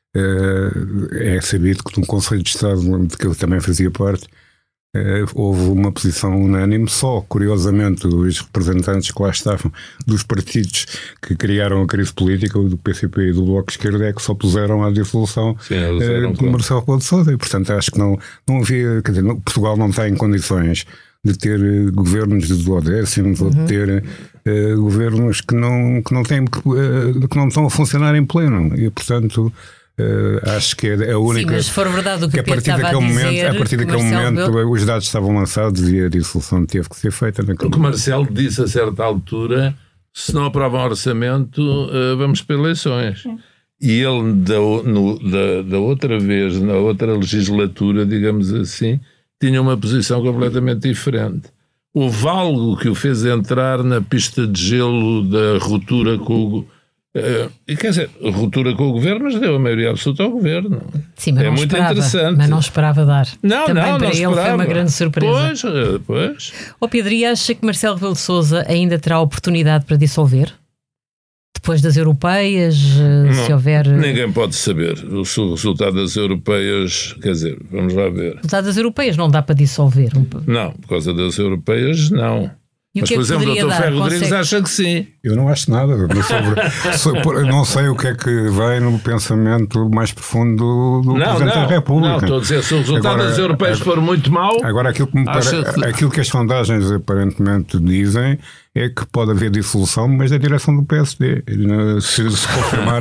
é sabido que no Conselho de Estado, de que eu também fazia parte, houve uma posição unânime. Só, curiosamente, os representantes que lá estavam dos partidos que criaram a crise política, o do P C P e do Bloco de Esquerda, é que só puseram à dissolução do Marcelo Rebelo de Sousa. E, portanto, acho que não, não havia, quer dizer, Portugal não está em condições de ter governos de duodécimos, uhum. ou de ter uh, governos que não, que, não têm, uh, que não estão a funcionar em pleno. E, portanto, Uh, acho que é a única. Sim, mas se for verdade o que, que a partir daquele a momento, dizer, a partir daquele momento Bel... os dados estavam lançados e a dissolução teve que ser feita. O que Marcelo disse a certa altura: se não aprovam orçamento, uh, vamos para eleições. Sim. E ele, da, no, da, da outra vez, na outra legislatura, digamos assim, tinha uma posição completamente diferente. Houve algo que o fez entrar na pista de gelo da ruptura com o. Uh, e quer dizer, ruptura com o governo, mas deu a maioria absoluta ao governo. Sim, mas é não muito esperava, interessante. Mas não esperava dar. Não, Também não, para não ele esperava. Foi uma grande surpresa. Pois, pois. Ó Pedro, e acha que Marcelo Rebelo de Sousa ainda terá oportunidade para dissolver? Depois das europeias, não, se houver... Ninguém pode saber. O resultado das europeias, quer dizer, vamos lá ver. O resultado das europeias não dá para dissolver? Não, por causa das europeias, não. E mas, o que por é que exemplo, o doutor Ferro Rodrigues acha que sim. Eu não acho nada. Sobre, sobre, não sei o que é que vem no pensamento mais profundo do, do não, Presidente não, da República. Não, estou a dizer, se o resultado agora, das europeias for muito mau... Agora, aquilo que, me pare, que... aquilo que as sondagens aparentemente dizem é que pode haver dissolução, mas da direção do P S D, se, se confirmar.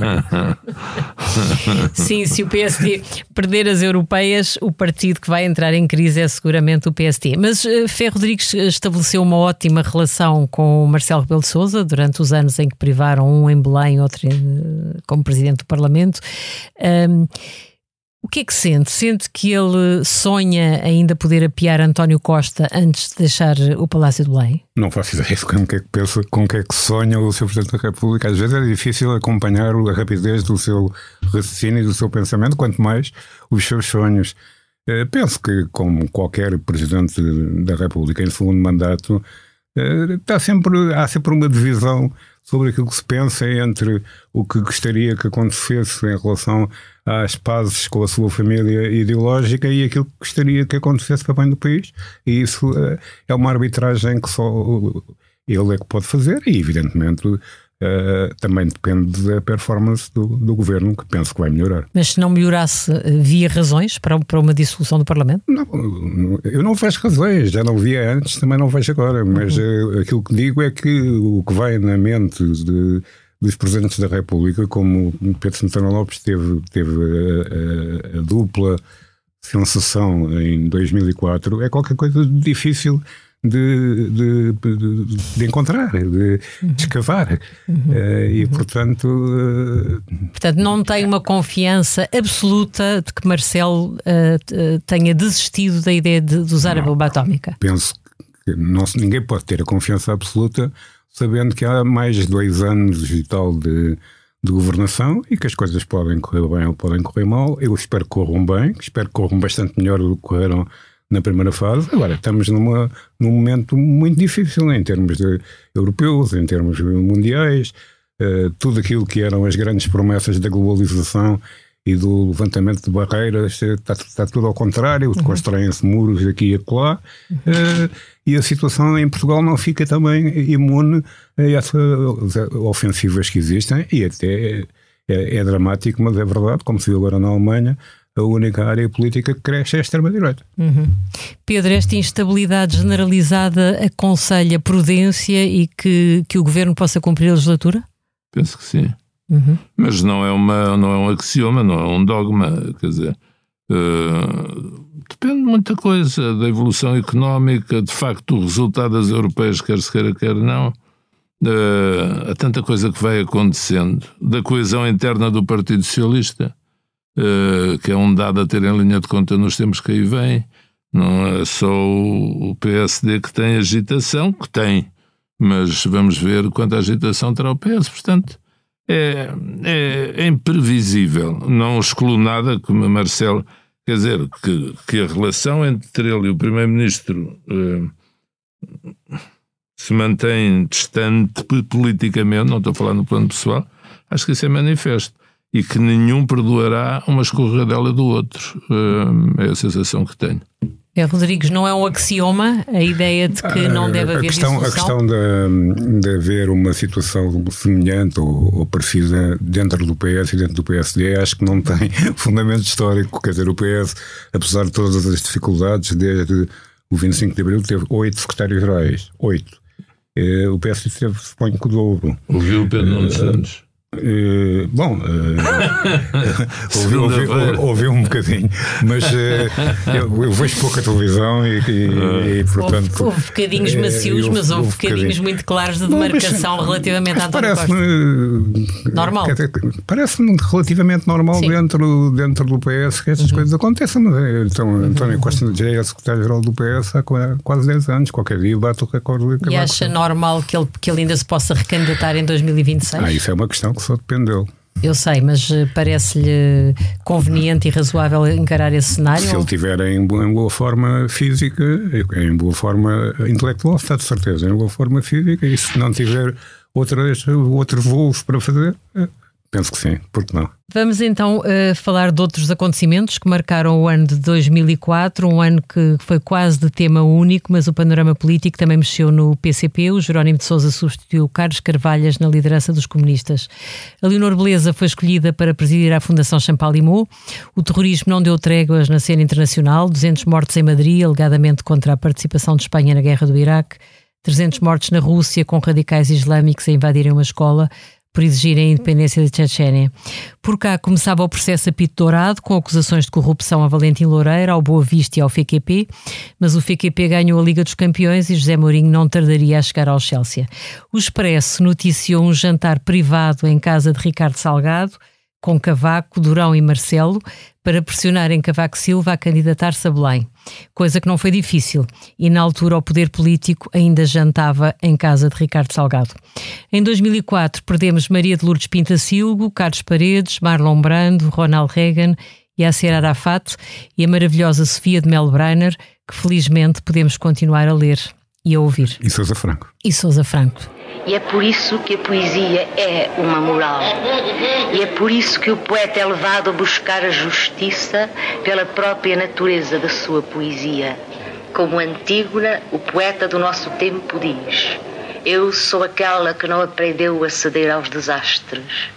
Sim, se o P S D perder as europeias, o partido que vai entrar em crise é seguramente o P S D. Mas uh, Ferro Rodrigues estabeleceu uma ótima relação com o Marcelo Rebelo de Sousa durante os anos em que privaram um em Belém, outro uh, como Presidente do Parlamento. Um, O que é que sente? Sente que ele sonha ainda poder apiar António Costa antes de deixar o Palácio de Belém? Não faço ideia com o que é que pensa, com o que é que sonha o senhor Presidente da República. Às vezes é difícil acompanhar a rapidez do seu raciocínio e do seu pensamento, quanto mais os seus sonhos. Penso que, como qualquer Presidente da República em segundo mandato, está sempre, há sempre uma divisão sobre aquilo que se pensa entre o que gostaria que acontecesse em relação às pazes com a sua família ideológica e aquilo que gostaria que acontecesse para o bem do país. E isso é uma arbitragem que só ele é que pode fazer e, evidentemente, Uh, também depende da performance do, do governo, que penso que vai melhorar. Mas se não melhorasse, via razões para, para uma dissolução do Parlamento? Não, eu não vejo razões, já não via antes, também não vejo agora, mas uhum. uh, aquilo que digo é que o que vai na mente de, dos Presidentes da República, como Pedro Santana Lopes teve, teve a, a, a dupla sensação em dois mil e quatro, é qualquer coisa de difícil De, de, de, de encontrar, de, de escavar. Uhum. Uh, e, portanto... Uh... Portanto, não tem uma confiança absoluta de que Marcelo uh, tenha desistido da ideia de, de usar não, a bomba atómica? Penso que não, ninguém pode ter a confiança absoluta sabendo que há mais de dois anos e tal de, de governação e que as coisas podem correr bem ou podem correr mal. Eu espero que corram bem, espero que corram bastante melhor do que correram na primeira fase. Agora estamos numa, num momento muito difícil em termos de europeus, em termos mundiais. uh, tudo aquilo que eram as grandes promessas da globalização e do levantamento de barreiras, está, está tudo ao contrário, uhum. constroem-se muros aqui e acolá, uhum. uh, e a situação em Portugal não fica também imune a essas ofensivas que existem, e até é, é dramático, mas é verdade, como se viu agora na Alemanha, a única área política que cresce é a extrema-direita. Uhum. Pedro, esta instabilidade generalizada aconselha prudência e que, que o Governo possa cumprir a legislatura? Penso que sim. Uhum. Mas não é, uma, não é um axioma, não é um dogma, quer dizer, uh, depende de muita coisa, da evolução económica, de facto o resultado das europeias, quer se queira, quer não, uh, há tanta coisa que vai acontecendo, da coesão interna do Partido Socialista, uh, que é um dado a ter em linha de conta nos tempos que aí vêm, não é só o P S D que tem agitação, que tem, mas vamos ver quanta agitação terá o P S, portanto, É, é, é imprevisível, não excluo nada, como Marcelo, quer dizer, que, que a relação entre ele e o Primeiro-Ministro eh, se mantém distante politicamente, não estou a falar no plano pessoal, acho que isso é manifesto, e que nenhum perdoará uma escorregadela do outro, eh, é a sensação que tenho. É, Rodrigues, não é um axioma a ideia de que não deve haver a questão, dissolução? A questão de, de haver uma situação semelhante ou, ou parecida dentro do P S e dentro do P S D, acho que não tem fundamento histórico. Quer dizer, o P S, apesar de todas as dificuldades, desde o vinte e cinco de Abril teve oito secretários-gerais. Oito. Eh, o P S teve, suponho que o dobro. Ouviu o Pedro Nuno Santos? Uh, bom, uh, ouvi, ouvi, ouvi, ouvi um bocadinho, mas uh, eu, eu vejo pouca televisão e, e, e portanto. Houve, houve bocadinhos macios, uh, mas houve, houve bocadinhos muito claros de demarcação Bom, mas, relativamente à António Costa. Parece-me normal. Dizer, parece-me relativamente normal dentro, dentro do P S que estas uhum. coisas aconteçam. Mas, então, uhum. António Costa já é secretário-geral do P S há quase dez anos, qualquer dia bate o recorde. E acha normal que ele, que ele ainda se possa recandidatar em dois mil e vinte e seis? Ah, isso é uma questão que só depende dele. Eu sei, mas parece-lhe conveniente e razoável encarar esse cenário? Se ele estiver em boa, em boa forma física, em boa forma intelectual, está de certeza em boa forma física, e se não tiver outras, outros voos para fazer, penso que sim, porque não? Vamos então uh, falar de outros acontecimentos que marcaram o ano de dois mil e quatro, um ano que foi quase de tema único, mas o panorama político também mexeu no P C P. O Jerónimo de Sousa substituiu Carlos Carvalhas na liderança dos comunistas. A Leonor Beleza foi escolhida para presidir a Fundação Champalimau. O terrorismo não deu tréguas na cena internacional, duzentos mortos em Madrid, alegadamente contra a participação de Espanha na guerra do Iraque, trezentos mortos na Rússia com radicais islâmicos a invadirem uma escola por exigirem a independência da Chechênia. Por cá começava o processo Apito Dourado, com acusações de corrupção a Valentim Loureiro, ao Boa Vista e ao F Q P, mas o F Q P ganhou a Liga dos Campeões e José Mourinho não tardaria a chegar ao Chelsea. O Expresso noticiou um jantar privado em casa de Ricardo Salgado, com Cavaco, Durão e Marcelo, para pressionarem Cavaco Silva a candidatar-se a Belém. Coisa que não foi difícil, e na altura o poder político ainda jantava em casa de Ricardo Salgado. Em dois mil e quatro perdemos Maria de Lourdes Pintacilgo, Carlos Paredes, Marlon Brando, Ronald Reagan, Yasser Arafat e a maravilhosa Sofia de Melbrenner, que felizmente podemos continuar a ler e a ouvir. E Sousa Franco. E Sousa Franco. E é por isso que a poesia é uma moral. E é por isso que o poeta é levado a buscar a justiça pela própria natureza da sua poesia. Como Antígona, o poeta do nosso tempo diz: eu sou aquela que não aprendeu a ceder aos desastres.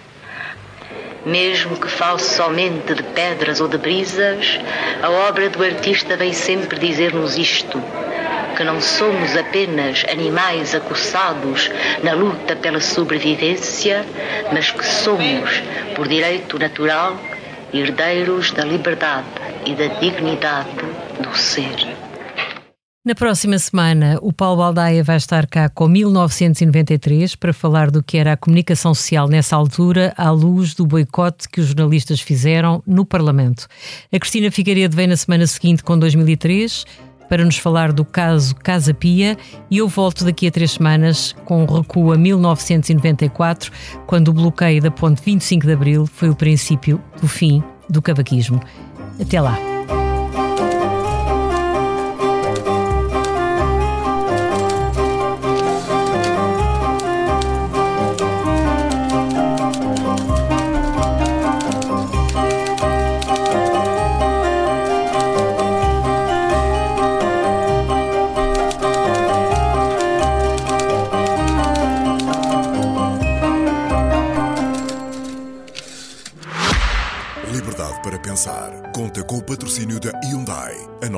Mesmo que fale somente de pedras ou de brisas, a obra do artista vem sempre dizer-nos isto: que não somos apenas animais acossados na luta pela sobrevivência, mas que somos, por direito natural, herdeiros da liberdade e da dignidade do ser. Na próxima semana, o Paulo Baldaia vai estar cá com mil novecentos e noventa e três para falar do que era a comunicação social nessa altura, à luz do boicote que os jornalistas fizeram no Parlamento. A Cristina Figueiredo vem na semana seguinte com dois mil e três para nos falar do caso Casa Pia, e eu volto daqui a três semanas com um recuo a mil novecentos e noventa e quatro, quando o bloqueio da ponte vinte e cinco de Abril foi o princípio do fim do cavaquismo. Até lá.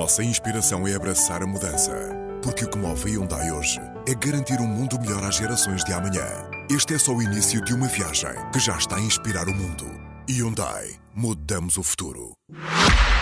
nossa inspiração é abraçar a mudança. Porque o que move a Hyundai hoje é garantir um mundo melhor às gerações de amanhã. Este é só o início de uma viagem que já está a inspirar o mundo. Hyundai. Mudamos o futuro.